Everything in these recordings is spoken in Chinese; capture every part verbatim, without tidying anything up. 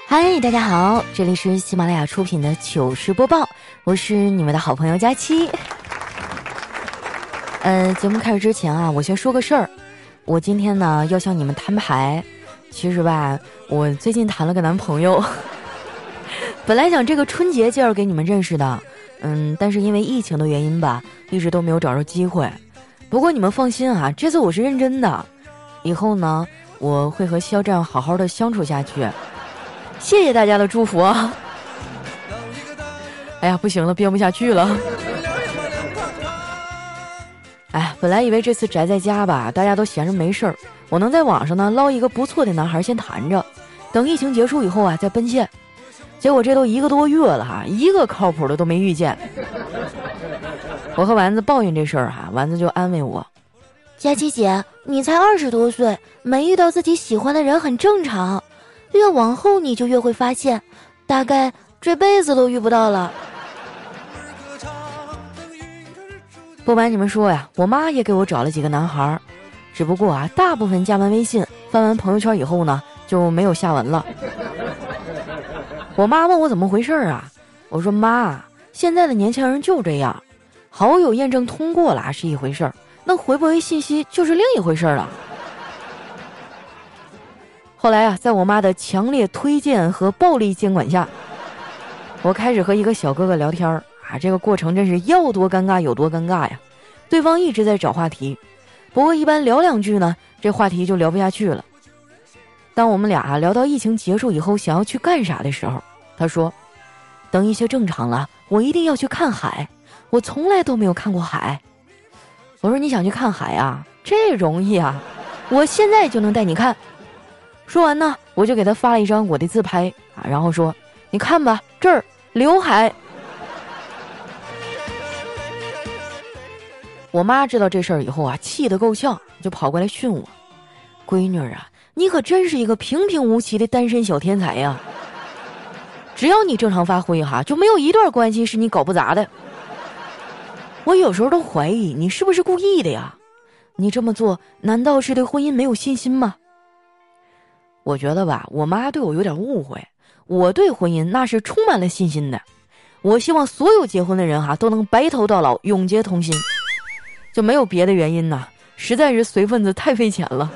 嗨，大家好，这里是喜马拉雅出品的糗事播报，我是你们的好朋友佳期。呃，节目开始之前啊，我先说个事儿，我今天呢要向你们摊牌。其实吧，我最近谈了个男朋友，本来想这个春节介绍给你们认识的，嗯，但是因为疫情的原因吧，一直都没有找着机会。不过你们放心啊，这次我是认真的，以后呢，我会和肖战好好的相处下去。谢谢大家的祝福啊！哎呀，不行了，编不下去了。哎，本来以为这次宅在家吧，大家都闲着没事儿，我能在网上呢捞一个不错的男孩先谈着，等疫情结束以后啊再奔现。结果这都一个多月了哈，一个靠谱的都没遇见。我和丸子抱怨这事儿哈，丸子就安慰我： 佳琪姐，你才二十多岁，没遇到自己喜欢的人很正常。越往后你就越会发现，大概这辈子都遇不到了。 不瞒你们说呀，我妈也给我找了几个男孩，只不过啊，大部分加完微信翻完朋友圈以后呢，就没有下文了。我妈问我怎么回事啊，我说妈，现在的年轻人就这样，好友验证通过了是一回事儿，那回不回信息就是另一回事了。后来啊，在我妈的强烈推荐和暴力监管下，我开始和一个小哥哥聊天啊，这个过程真是要多尴尬有多尴尬呀。对方一直在找话题，不过一般聊两句呢，这话题就聊不下去了。当我们俩、啊、聊到疫情结束以后想要去干啥的时候，他说等一切正常了，我一定要去看海，我从来都没有看过海。我说你想去看海啊？这容易啊，我现在就能带你看。说完呢，我就给他发了一张我的自拍啊，然后说你看吧，这儿刘海。我妈知道这事儿以后啊，气得够呛，就跑过来训我：闺女啊，你可真是一个平平无奇的单身小天才呀！只要你正常发挥哈，就没有一段关系是你搞不砸的。我有时候都怀疑你是不是故意的呀？你这么做难道是对婚姻没有信心吗？我觉得吧，我妈对我有点误会，我对婚姻那是充满了信心的。我希望所有结婚的人哈都能白头到老，永结同心，就没有别的原因呐，实在是随份子太费钱了。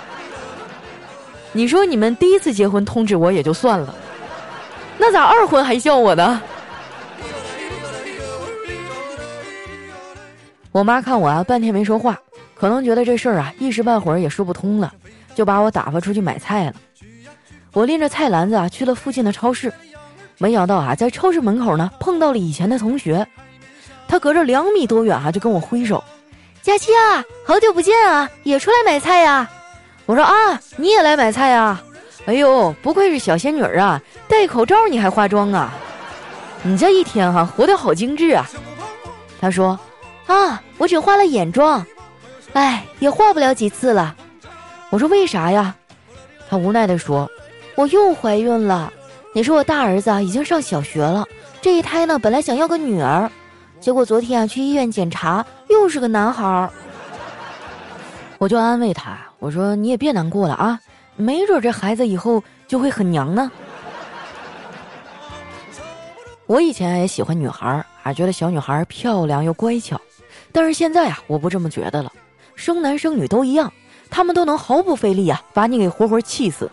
你说你们第一次结婚通知我也就算了，那咋二婚还叫我呢？我妈看我啊半天没说话，可能觉得这事儿啊一时半会儿也说不通了，就把我打发出去买菜了。我拎着菜篮子啊去了附近的超市，没想到啊在超市门口呢碰到了以前的同学，他隔着两米多远啊就跟我挥手： 佳琪啊，好久不见啊，也出来买菜呀？ 我说啊，你也来买菜啊？哎呦，不愧是小仙女啊，戴口罩你还化妆啊？你这一天哈、啊、活得好精致啊。他说啊，我只化了眼妆，哎，也化不了几次了。 我说为啥呀？他无奈地说， 我又怀孕了。你说我大儿子啊已经上小学了，这一胎呢本来想要个女儿，结果昨天啊去医院检查又是个男孩。 我就安慰他，我说你也别难过了啊，没准这孩子以后就会很娘呢。我以前也喜欢女孩啊，觉得小女孩漂亮又乖巧，但是现在啊我不这么觉得了，生男生女都一样，他们都能毫不费力啊把你给活活气死。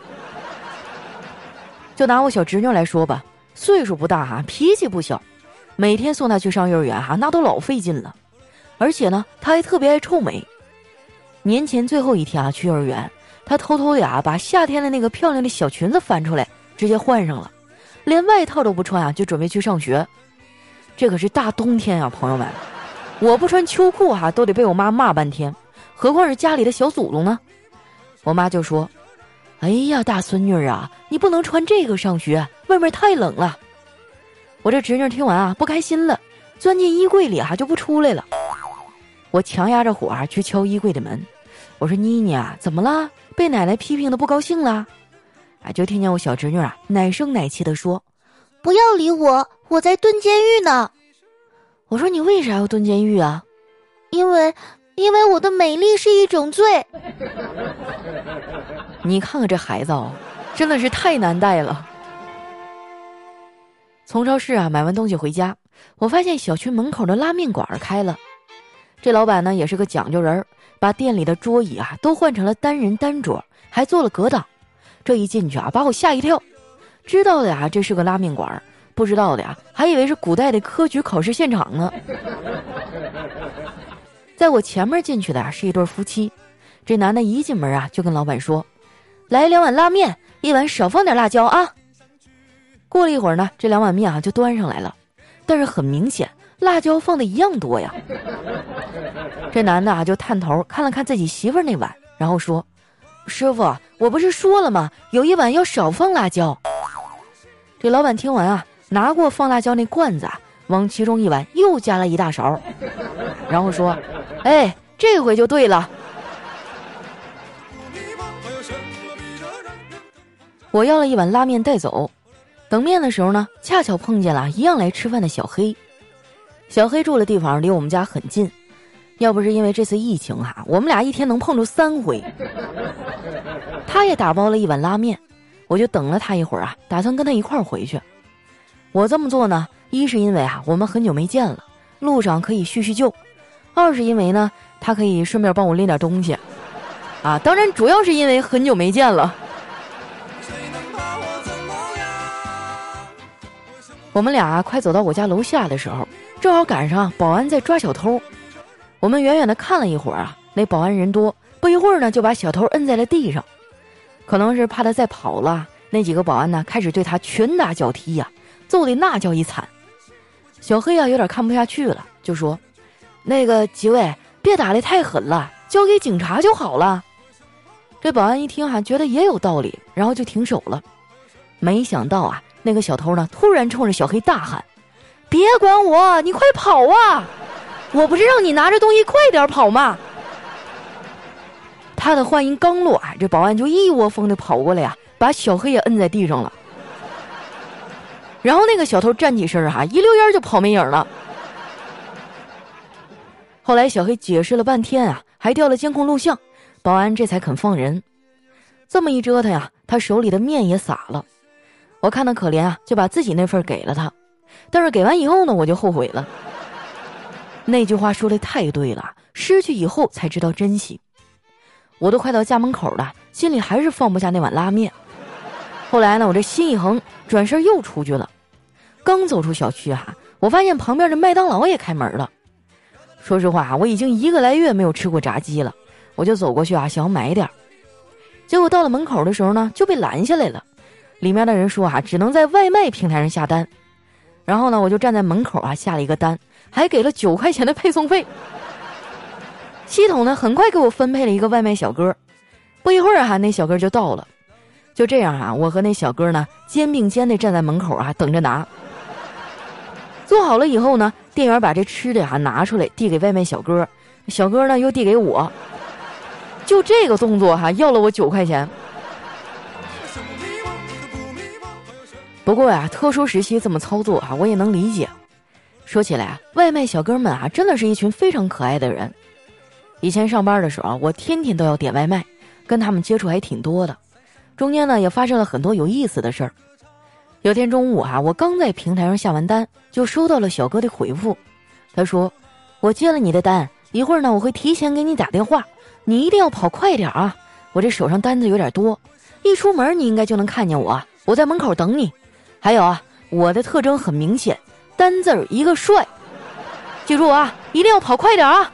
就拿我小侄女来说吧，岁数不大哈、啊，脾气不小，每天送她去上幼儿园哈、啊，那都老费劲了。而且呢，她还特别爱臭美。年前最后一天啊，去幼儿园，她偷偷的啊把夏天的那个漂亮的小裙子翻出来，直接换上了，连外套都不穿啊，就准备去上学。这可是大冬天啊，朋友们，我不穿秋裤哈、啊，都得被我妈骂半天，何况是家里的小祖宗呢？我妈就说：哎呀，大孙女啊，你不能穿这个上学，外面太冷了。我这侄女听完啊，不开心了，钻进衣柜里啊，就不出来了。我强压着火啊，去敲衣柜的门。我说妮妮啊，怎么了？被奶奶批评的不高兴了？哎，就听见我小侄女啊，奶声奶气的说： 不要理我，我在蹲监狱呢。 我说你为啥要蹲监狱啊？ 因为因为我的美丽是一种罪。 你看看这孩子哦，真的是太难带了。 从超市啊买完东西回家，我发现小区门口的拉面馆开了。这老板呢也是个讲究人，把店里的桌椅啊都换成了单人单桌，还做了隔挡。这一进去啊，把我吓一跳。知道的呀，这是个拉面馆；不知道的呀，还以为是古代的科举考试现场呢。在我前面进去的啊是一对夫妻，这男的一进门啊就跟老板说：“来两碗拉面，一碗少放点辣椒啊。”过了一会儿呢，这两碗面啊就端上来了，但是很明显，辣椒放的一样多呀。这男的啊就探头看了看自己媳妇儿那碗，然后说：“师傅，我不是说了吗？有一碗要少放辣椒。”这老板听完啊，拿过放辣椒那罐子啊，往其中一碗又加了一大勺，然后说：“哎，这回就对了。”我要了一碗拉面带走，等面的时候呢，恰巧碰见了一样来吃饭的小黑。小黑住的地方离我们家很近，要不是因为这次疫情哈、啊，我们俩一天能碰着三回。他也打包了一碗拉面，我就等了他一会儿啊，打算跟他一块儿回去。我这么做呢，一是因为啊我们很久没见了，路上可以叙叙旧；二是因为呢，他可以顺便帮我拎点东西。啊，当然主要是因为很久没见了。我们俩快走到我家楼下的时候，正好赶上保安在抓小偷。我们远远的看了一会儿啊，那保安人多，不一会儿呢就把小偷摁在了地上。可能是怕他再跑了，那几个保安呢开始对他拳打脚踢呀、啊，揍得那叫一惨。小黑啊有点看不下去了，就说：“那个几位别打得太狠了，交给警察就好了。”这保安一听哈、啊，觉得也有道理，然后就停手了。没想到啊，那个小偷呢突然冲着小黑大喊：“别管我，你快跑啊！我不是让你拿着东西快点跑吗？”他的话音刚落啊，这保安就一窝蜂的跑过来呀、啊，把小黑也摁在地上了。然后那个小偷站起身啊，一溜烟就跑没影了。后来小黑解释了半天啊，还调了监控录像，保安这才肯放人。这么一折腾呀，他手里的面也洒了。我看他可怜啊，就把自己那份给了他。但是给完以后呢，我就后悔了。那句话说的太对了，失去以后才知道珍惜。我都快到家门口了，心里还是放不下那碗拉面。后来呢，我这心一横，转身又出去了。刚走出小区哈、啊，我发现旁边的麦当劳也开门了。说实话，我已经一个来月没有吃过炸鸡了，我就走过去啊，想要买点。结果到了门口的时候呢，就被拦下来了。里面的人说啊，只能在外卖平台上下单。然后呢，我就站在门口啊，下了一个单，还给了九块钱的配送费。系统呢，很快给我分配了一个外卖小哥。不一会儿啊，那小哥就到了。就这样啊，我和那小哥呢，肩并肩的站在门口啊，等着拿。做好了以后呢，店员把这吃的啊拿出来，递给外卖小哥，小哥呢又递给我。就这个动作哈、啊，要了我九块钱。不过呀、啊，特殊时期这么操作啊，我也能理解。说起来啊，外卖小哥们啊，真的是一群非常可爱的人。以前上班的时候啊，我天天都要点外卖，跟他们接触还挺多的。中间呢，也发生了很多有意思的事儿。有天中午啊，我刚在平台上下完单，就收到了小哥的回复。他说：“我接了你的单，一会儿呢，我会提前给你打电话，你一定要跑快点啊！我这手上单子有点多，一出门你应该就能看见我，我在门口等你。还有啊，我的特征很明显，单字儿一个帅，记住啊，一定要跑快点啊！”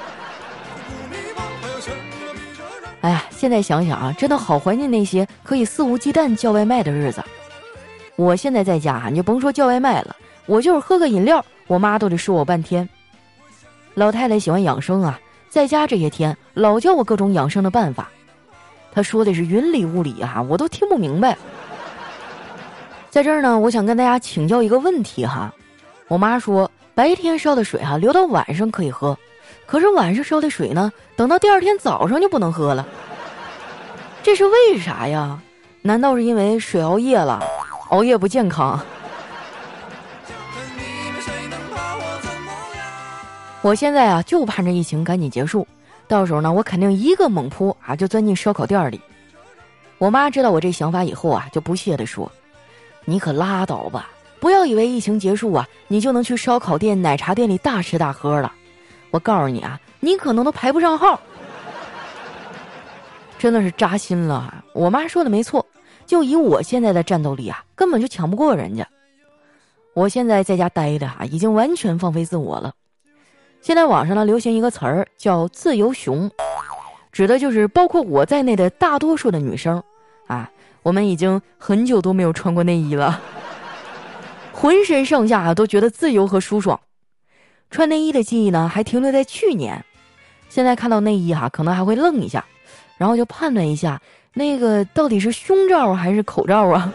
哎呀，现在想想啊，真的好怀念那些可以肆无忌惮叫外卖的日子。我现在在家啊，你就甭说叫外卖了，我就是喝个饮料，我妈都得说我半天。老太太喜欢养生啊，在家这些天老教我各种养生的办法。她说的是云里雾里啊，我都听不明白。在这儿呢，我想跟大家请教一个问题哈。我妈说白天烧的水啊，留到晚上可以喝。可是晚上烧的水呢，等到第二天早上就不能喝了，这是为啥呀？难道是因为水熬夜了？熬夜不健康。我现在啊，就盼着疫情赶紧结束，到时候呢，我肯定一个猛扑啊，就钻进烧烤店里。我妈知道我这想法以后啊，就不屑地说：“你可拉倒吧， 不要以为疫情结束啊，你就能去烧烤店、奶茶店里大吃大喝了。我告诉你啊，你可能都排不上号。真的是扎心了啊！我妈说的没错，就以我现在的战斗力啊，根本就抢不过人家。我现在在家待的啊，已经完全放飞自我了。现在网上呢流行一个词儿叫自由熊，指的就是包括我在内的大多数的女生啊，我们已经很久都没有穿过内衣了，浑身上下啊都觉得自由和舒爽。穿内衣的记忆呢还停留在去年，现在看到内衣哈、啊，可能还会愣一下，然后就判断一下那个到底是胸罩还是口罩啊。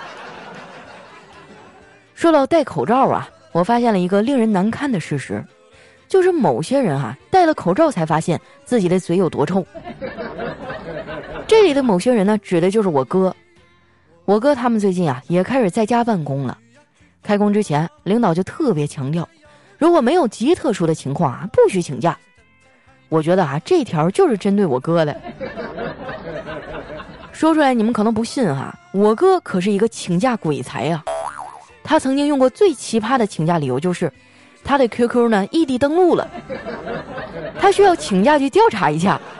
说到戴口罩啊，我发现了一个令人难堪的事实，就是某些人啊戴了口罩才发现自己的嘴有多臭。这里的某些人呢，指的就是我哥。我哥他们最近啊也开始在家办公了。开工之前，领导就特别强调，如果没有极特殊的情况啊，不许请假。我觉得啊，这条就是针对我哥的。说出来你们可能不信哈、啊，我哥可是一个请假鬼才啊。他曾经用过最奇葩的请假理由就是，他的 Q Q 呢异地登录了，他需要请假去调查一下。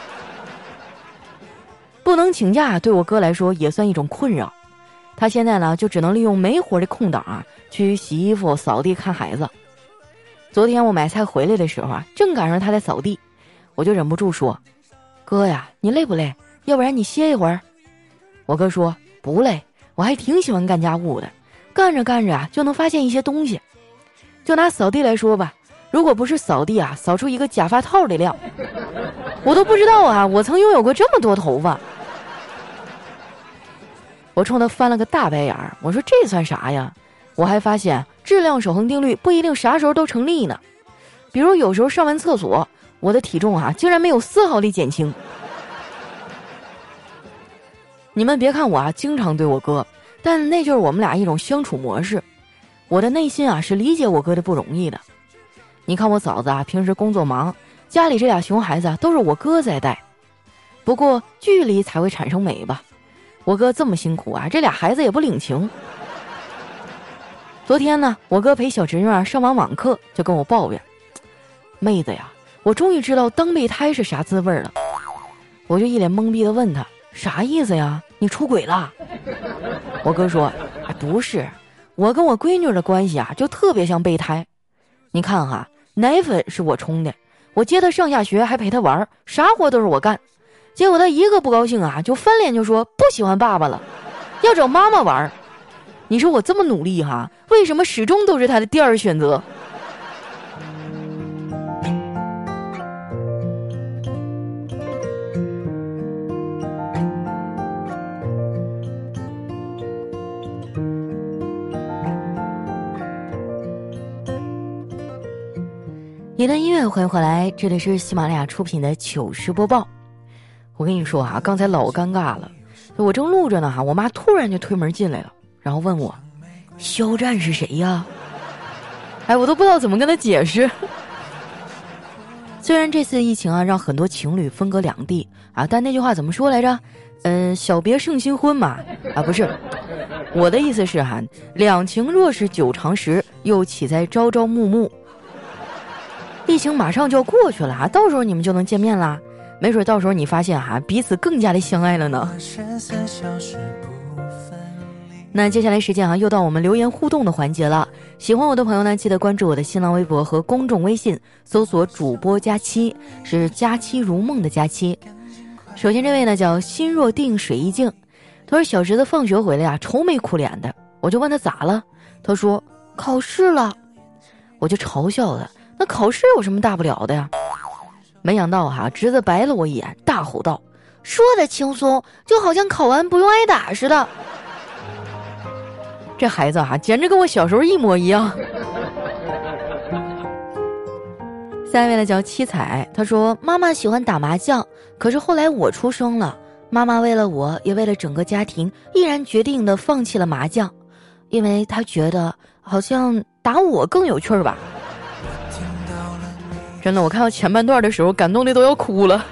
不能请假对我哥来说也算一种困扰，他现在呢就只能利用没活的空档啊，去洗衣服、扫地、看孩子。昨天我买菜回来的时候啊，正赶上他在扫地，我就忍不住说：“哥呀，你累不累？要不然你歇一会儿。”我哥说：“不累，我还挺喜欢干家务的，干着干着啊就能发现一些东西。就拿扫地来说吧，如果不是扫地啊，扫出一个假发套的量，我都不知道啊，我曾拥有过这么多头发。”我冲他翻了个大白眼儿，我说：“这算啥呀？我还发现质量守恒定律不一定啥时候都成立呢。比如有时候上完厕所，我的体重啊竟然没有丝毫的减轻。”你们别看我啊经常对我哥，但那就是我们俩一种相处模式。我的内心啊是理解我哥的不容易的。你看我嫂子啊平时工作忙，家里这俩熊孩子啊都是我哥在带。不过距离才会产生美吧，我哥这么辛苦啊，这俩孩子也不领情。昨天呢，我哥陪小侄女儿上完网课，就跟我抱怨：“妹子呀，我终于知道当备胎是啥滋味了。”我就一脸懵逼的问他：“啥意思呀？你出轨了？”我哥说：“哎，不是，我跟我闺女的关系啊，就特别像备胎。你看哈，奶粉是我冲的，我接她上下学还陪她玩，啥活都是我干。结果她一个不高兴啊，就翻脸就说不喜欢爸爸了，要找妈妈玩。你说我这么努力哈，为什么始终都是她的第二选择？”一段音乐，欢迎回来，这里是喜马拉雅出品的糗事播报。我跟你说啊，刚才老尴尬了，我正录着呢哈，我妈突然就推门进来了，然后问我：“肖战是谁呀？”哎，我都不知道怎么跟她解释。虽然这次疫情啊，让很多情侣分隔两地啊，但那句话怎么说来着？嗯，小别胜新婚嘛。啊，不是，我的意思是哈，两情若是久长时，又岂在朝朝暮暮。疫情马上就要过去了哈，到时候你们就能见面啦。没准到时候你发现哈，彼此更加的相爱了呢。那接下来时间啊，又到我们留言互动的环节了。喜欢我的朋友呢，记得关注我的新浪微博和公众微信，搜索主播佳期，是佳期如梦的佳期。首先这位呢叫心若定水一静，他说小侄子放学回来啊，愁眉苦脸的，我就问他咋了，他说考试了，我就嘲笑他，那考试有什么大不了的呀？没想到哈、啊，侄子白了我一眼，大吼道：“说的轻松，就好像考完不用挨打似的。”这孩子哈、啊，简直跟我小时候一模一样。下一位呢叫七彩，他说妈妈喜欢打麻将，可是后来我出生了，妈妈为了我也为了整个家庭，毅然决定的放弃了麻将，因为她觉得好像打我更有趣儿吧。真的，我看到前半段的时候，感动的都要哭了。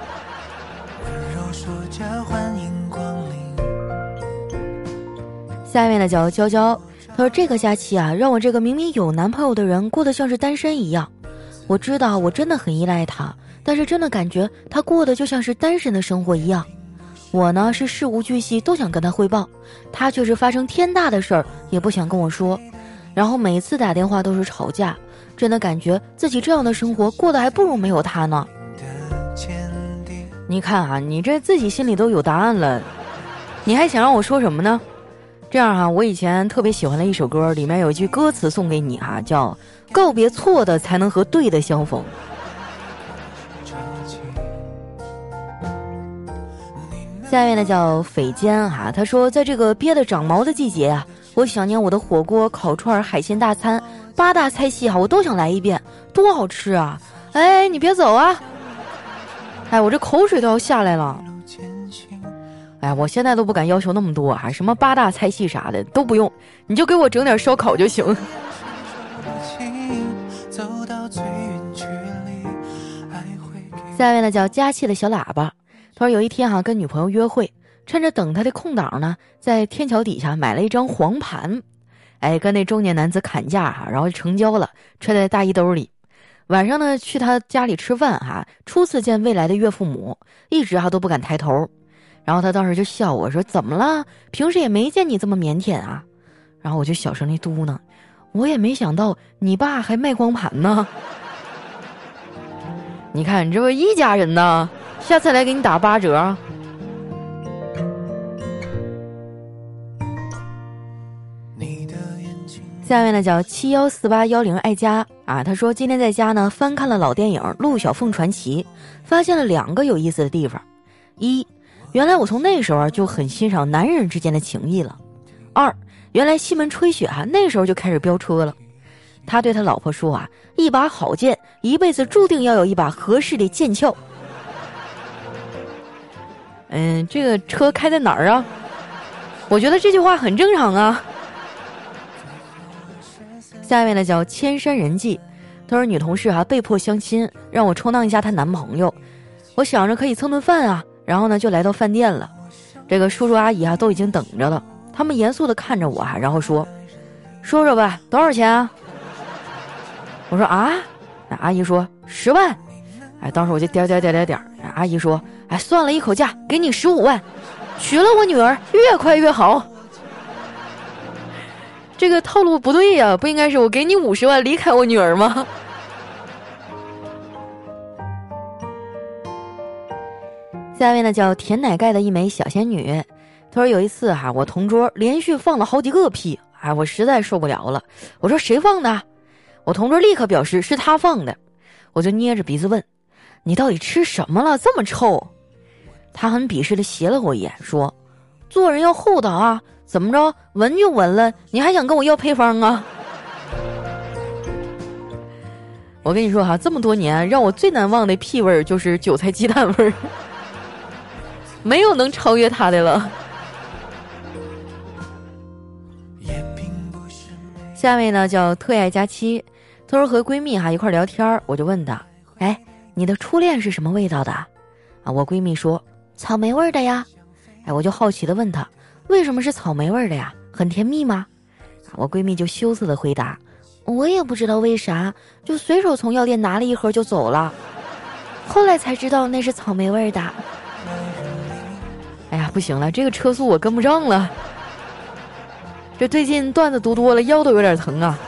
下一位呢叫娇娇， 他说这个假期啊，让我这个明明有男朋友的人过得像是单身一样。我知道我真的很依赖他，但是真的感觉他过得就像是单身的生活一样。我呢是事无巨细都想跟他汇报，他却是发生天大的事儿也不想跟我说，然后每次打电话都是吵架，真的感觉自己这样的生活过得还不如没有他呢。你看啊，你这自己心里都有答案了，你还想让我说什么呢？这样哈、啊，我以前特别喜欢的一首歌，里面有一句歌词送给你哈、啊，叫告别错的才能和对的相逢。下面呢叫匪坚哈、啊，他说在这个憋得长毛的季节啊，我想念我的火锅、烤串、海鲜大餐，八大菜系哈、啊，我都想来一遍，多好吃啊！哎，你别走啊！哎，我这口水都要下来了。哎，我现在都不敢要求那么多啊，什么八大菜系啥的都不用，你就给我整点烧烤就行。下面呢叫佳气的小喇叭，他说有一天哈、啊、跟女朋友约会，趁着等他的空档呢，在天桥底下买了一张黄盘，哎，跟那中年男子砍价哈、啊，然后就成交了，揣在大衣兜里。晚上呢去他家里吃饭哈、啊，初次见未来的岳父母，一直哈、啊、都不敢抬头。然后他当时就笑我说怎么了？平时也没见你这么腼腆啊。然后我就小声地嘟囔，我也没想到你爸还卖光盘呢。你看你这不一家人呢，下次来给你打八折。下面呢叫七幺四八幺零爱家啊，他说今天在家呢翻看了老电影《陆小凤传奇》，发现了两个有意思的地方。一，原来我从那时候就很欣赏男人之间的情谊了。二，原来西门吹雪啊那时候就开始飙车了。他对他老婆说啊，一把好剑一辈子注定要有一把合适的剑鞘。嗯，这个车开在哪儿啊？我觉得这句话很正常啊。下面呢叫千山人迹，他说女同事啊被迫相亲，让我充当一下她男朋友。我想着可以蹭顿饭啊，然后呢就来到饭店了。这个叔叔阿姨啊都已经等着了，他们严肃地看着我啊，然后说：“说说吧，多少钱啊？”我说啊，那阿姨说十万。哎，当时我就点点点点点，阿姨说：“哎，算了一口价，给你十五万，娶了我女儿，越快越好。”这个套路不对呀、啊，不应该是我给你五十万离开我女儿吗？下面呢叫甜奶盖的一枚小仙女，她说有一次哈、啊，我同桌连续放了好几个屁，哎，我实在受不了了。我说谁放的？我同桌立刻表示是他放的，我就捏着鼻子问：“你到底吃什么了？这么臭？”他很鄙视的斜了我一眼，说：“做人要厚道啊。”怎么着，闻就闻了，你还想跟我要配方啊？我跟你说哈，这么多年让我最难忘的屁味儿就是韭菜鸡蛋味儿，没有能超越它的了。下面呢叫特爱佳期，她说和闺蜜哈一块聊天，我就问她，哎，你的初恋是什么味道的啊？我闺蜜说草莓味的呀。哎，我就好奇的问她，为什么是草莓味的呀？很甜蜜吗？我闺蜜就羞涩的回答，我也不知道为啥，就随手从药店拿了一盒就走了，后来才知道那是草莓味的。哎呀，不行了，这个车速我跟不上了，这最近段子读多了，腰都有点疼啊。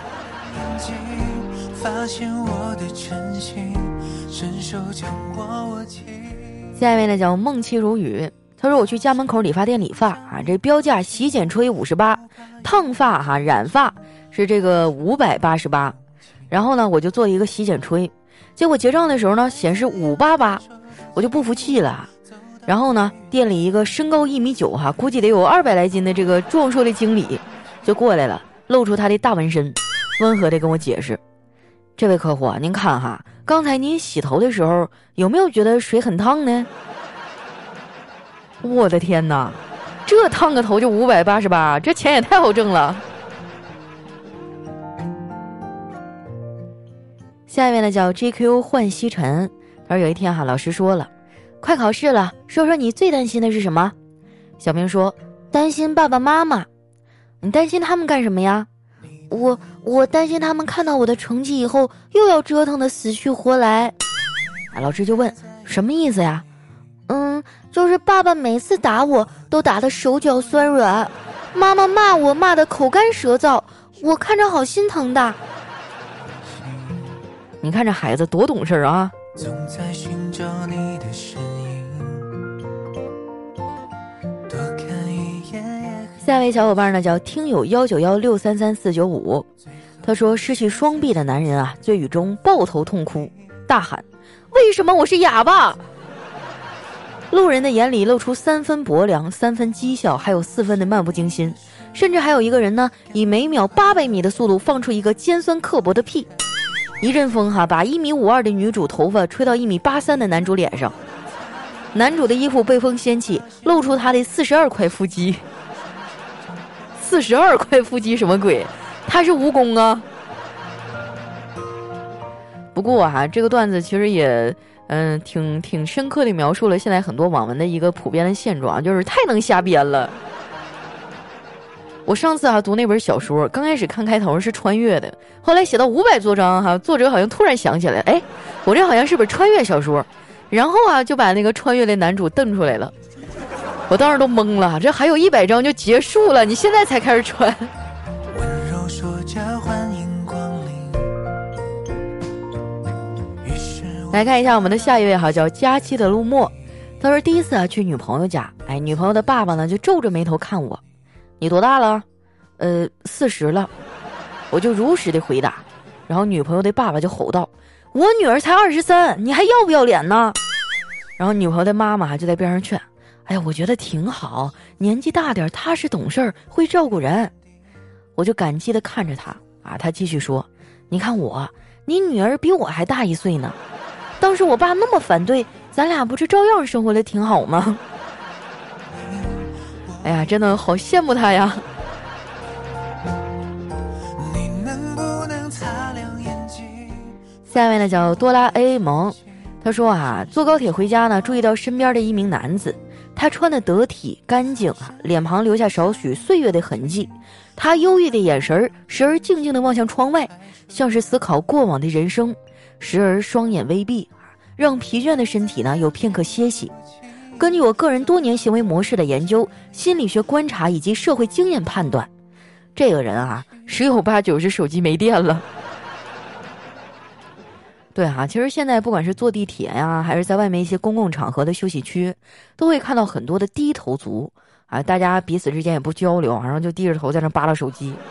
下面呢叫梦妻如雨，他说我去家门口理发店理发啊，这标价洗剪吹五十八，烫发哈、啊、染发是这个五百八十八，然后呢我就做一个洗剪吹，结果结账的时候呢显示五八八，我就不服气了。然后呢店里一个身高一米九哈，估计得有二百来斤的这个壮硕的经理就过来了，露出他的大纹身，温和的跟我解释，这位客户啊，您看哈，刚才您洗头的时候有没有觉得水很烫呢？我的天哪，这烫个头就五百八十八，这钱也太好挣了。下面呢叫 J Q 幻西尘，他说有一天哈，老师说了，快考试了，说说你最担心的是什么？小明说担心爸爸妈妈。你担心他们干什么呀？ 我我担心他们看到我的成绩以后又要折腾的死去活来。 啊，老师就问什么意思呀？ 嗯，就是爸爸每次打我都打得手脚酸软，妈妈骂我骂得口干舌燥，我看着好心疼的。 你看这孩子多懂事啊！ 总在寻找你的身影，多看一眼也。 下一位小伙伴呢叫听友幺九幺六三三四九五，他说失去双臂的男人啊，醉雨中抱头痛哭，大喊：“为什么我是哑巴？”路人的眼里露出三分薄凉、三分讥笑，还有四分的漫不经心，甚至还有一个人呢，以每秒八百米的速度放出一个尖酸刻薄的屁。一阵风哈，把一米五二的女主头发吹到一米八三的男主脸上，男主的衣服被风掀起，露出他的四十二块腹肌。四十二块腹肌什么鬼？他是蜈蚣啊！不过啊，这个段子其实也嗯挺挺深刻地描述了现在很多网文的一个普遍的现状，就是太能瞎编了。我上次啊读那本小说，刚开始看开头是穿越的，后来写到五百多章哈、啊，作者好像突然想起来，哎，我这好像是本穿越小说，然后啊就把那个穿越的男主瞪出来了，我当时都懵了，这还有一百章就结束了，你现在才开始穿。 温柔说着欢迎光临。 来看一下我们的下一位哈，叫佳期的陆墨，他说第一次啊去女朋友家，哎，女朋友的爸爸呢就皱着眉头看我。你多大了？呃，四十了。我就如实的回答，然后女朋友的爸爸就吼道：“我女儿才二十三，你还要不要脸呢？”然后女朋友的妈妈就在边上劝：“哎呀，我觉得挺好，年纪大点，踏实懂事，会照顾人。”我就感激的看着他啊，他继续说：“你看我，你女儿比我还大一岁呢。当时我爸那么反对，咱俩不是照样生活的挺好吗？”哎呀，真的好羡慕他呀！ 你能不能擦亮眼睛？ 下面呢叫多拉 A 萌，他说啊，坐高铁回家呢，注意到身边的一名男子，他穿得得体干净啊，脸庞留下少许岁月的痕迹，他忧郁的眼神时而静静地望向窗外，像是思考过往的人生，时而双眼微闭，让疲倦的身体呢有片刻歇息。根据我个人多年行为模式的研究、心理学观察以及社会经验判断，这个人啊，十有八九是手机没电了。对啊，其实现在不管是坐地铁呀，还是在外面一些公共场合的休息区，都会看到很多的低头族啊，大家彼此之间也不交流，然后就低着头在那扒拉手机。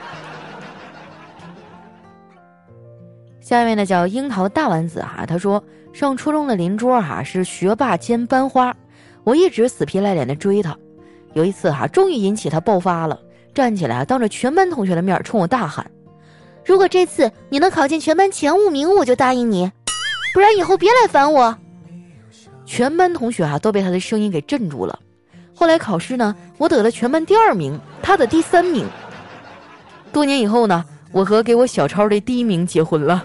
下一位呢叫樱桃大丸子哈，他说上初中的邻桌哈是学霸兼班花，我一直死皮赖脸的追他，有一次哈终于引起他爆发了，站起来当着全班同学的面冲我大喊：“ 如果这次你能考进全班前五名，我就答应你，不然以后别来烦我。” 全班同学啊都被他的声音给镇住了。后来考试呢，我得了全班第二名，他的第三名。多年以后呢，我和给我小抄的第一名结婚了。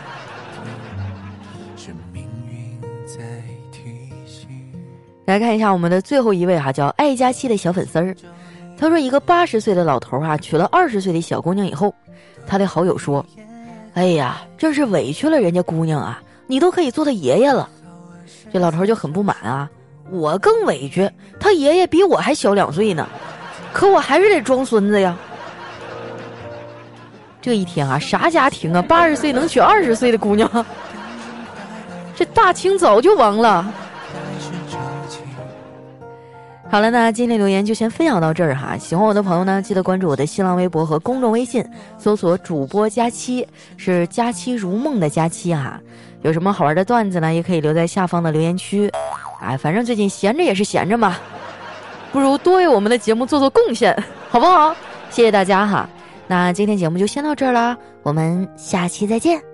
来看一下我们的最后一位哈、啊，叫爱佳期的小粉丝儿。他说一个八十岁的老头啊，娶了二十岁的小姑娘以后，他的好友说：“哎呀，真是委屈了人家姑娘啊，你都可以做他爷爷了。”这老头就很不满啊，我更委屈，他爷爷比我还小两岁呢，可我还是得装孙子呀。这一天啊，啥家庭啊，八十岁能娶二十岁的姑娘？这大清早就亡了。好了，那今天留言就先分享到这儿哈。喜欢我的朋友呢，记得关注我的新浪微博和公众微信，搜索主播佳期，是佳期如梦的佳期哈。有什么好玩的段子呢，也可以留在下方的留言区。哎，反正最近闲着也是闲着嘛，不如多为我们的节目做做贡献，好不好？谢谢大家哈。那今天节目就先到这儿啦，我们下期再见。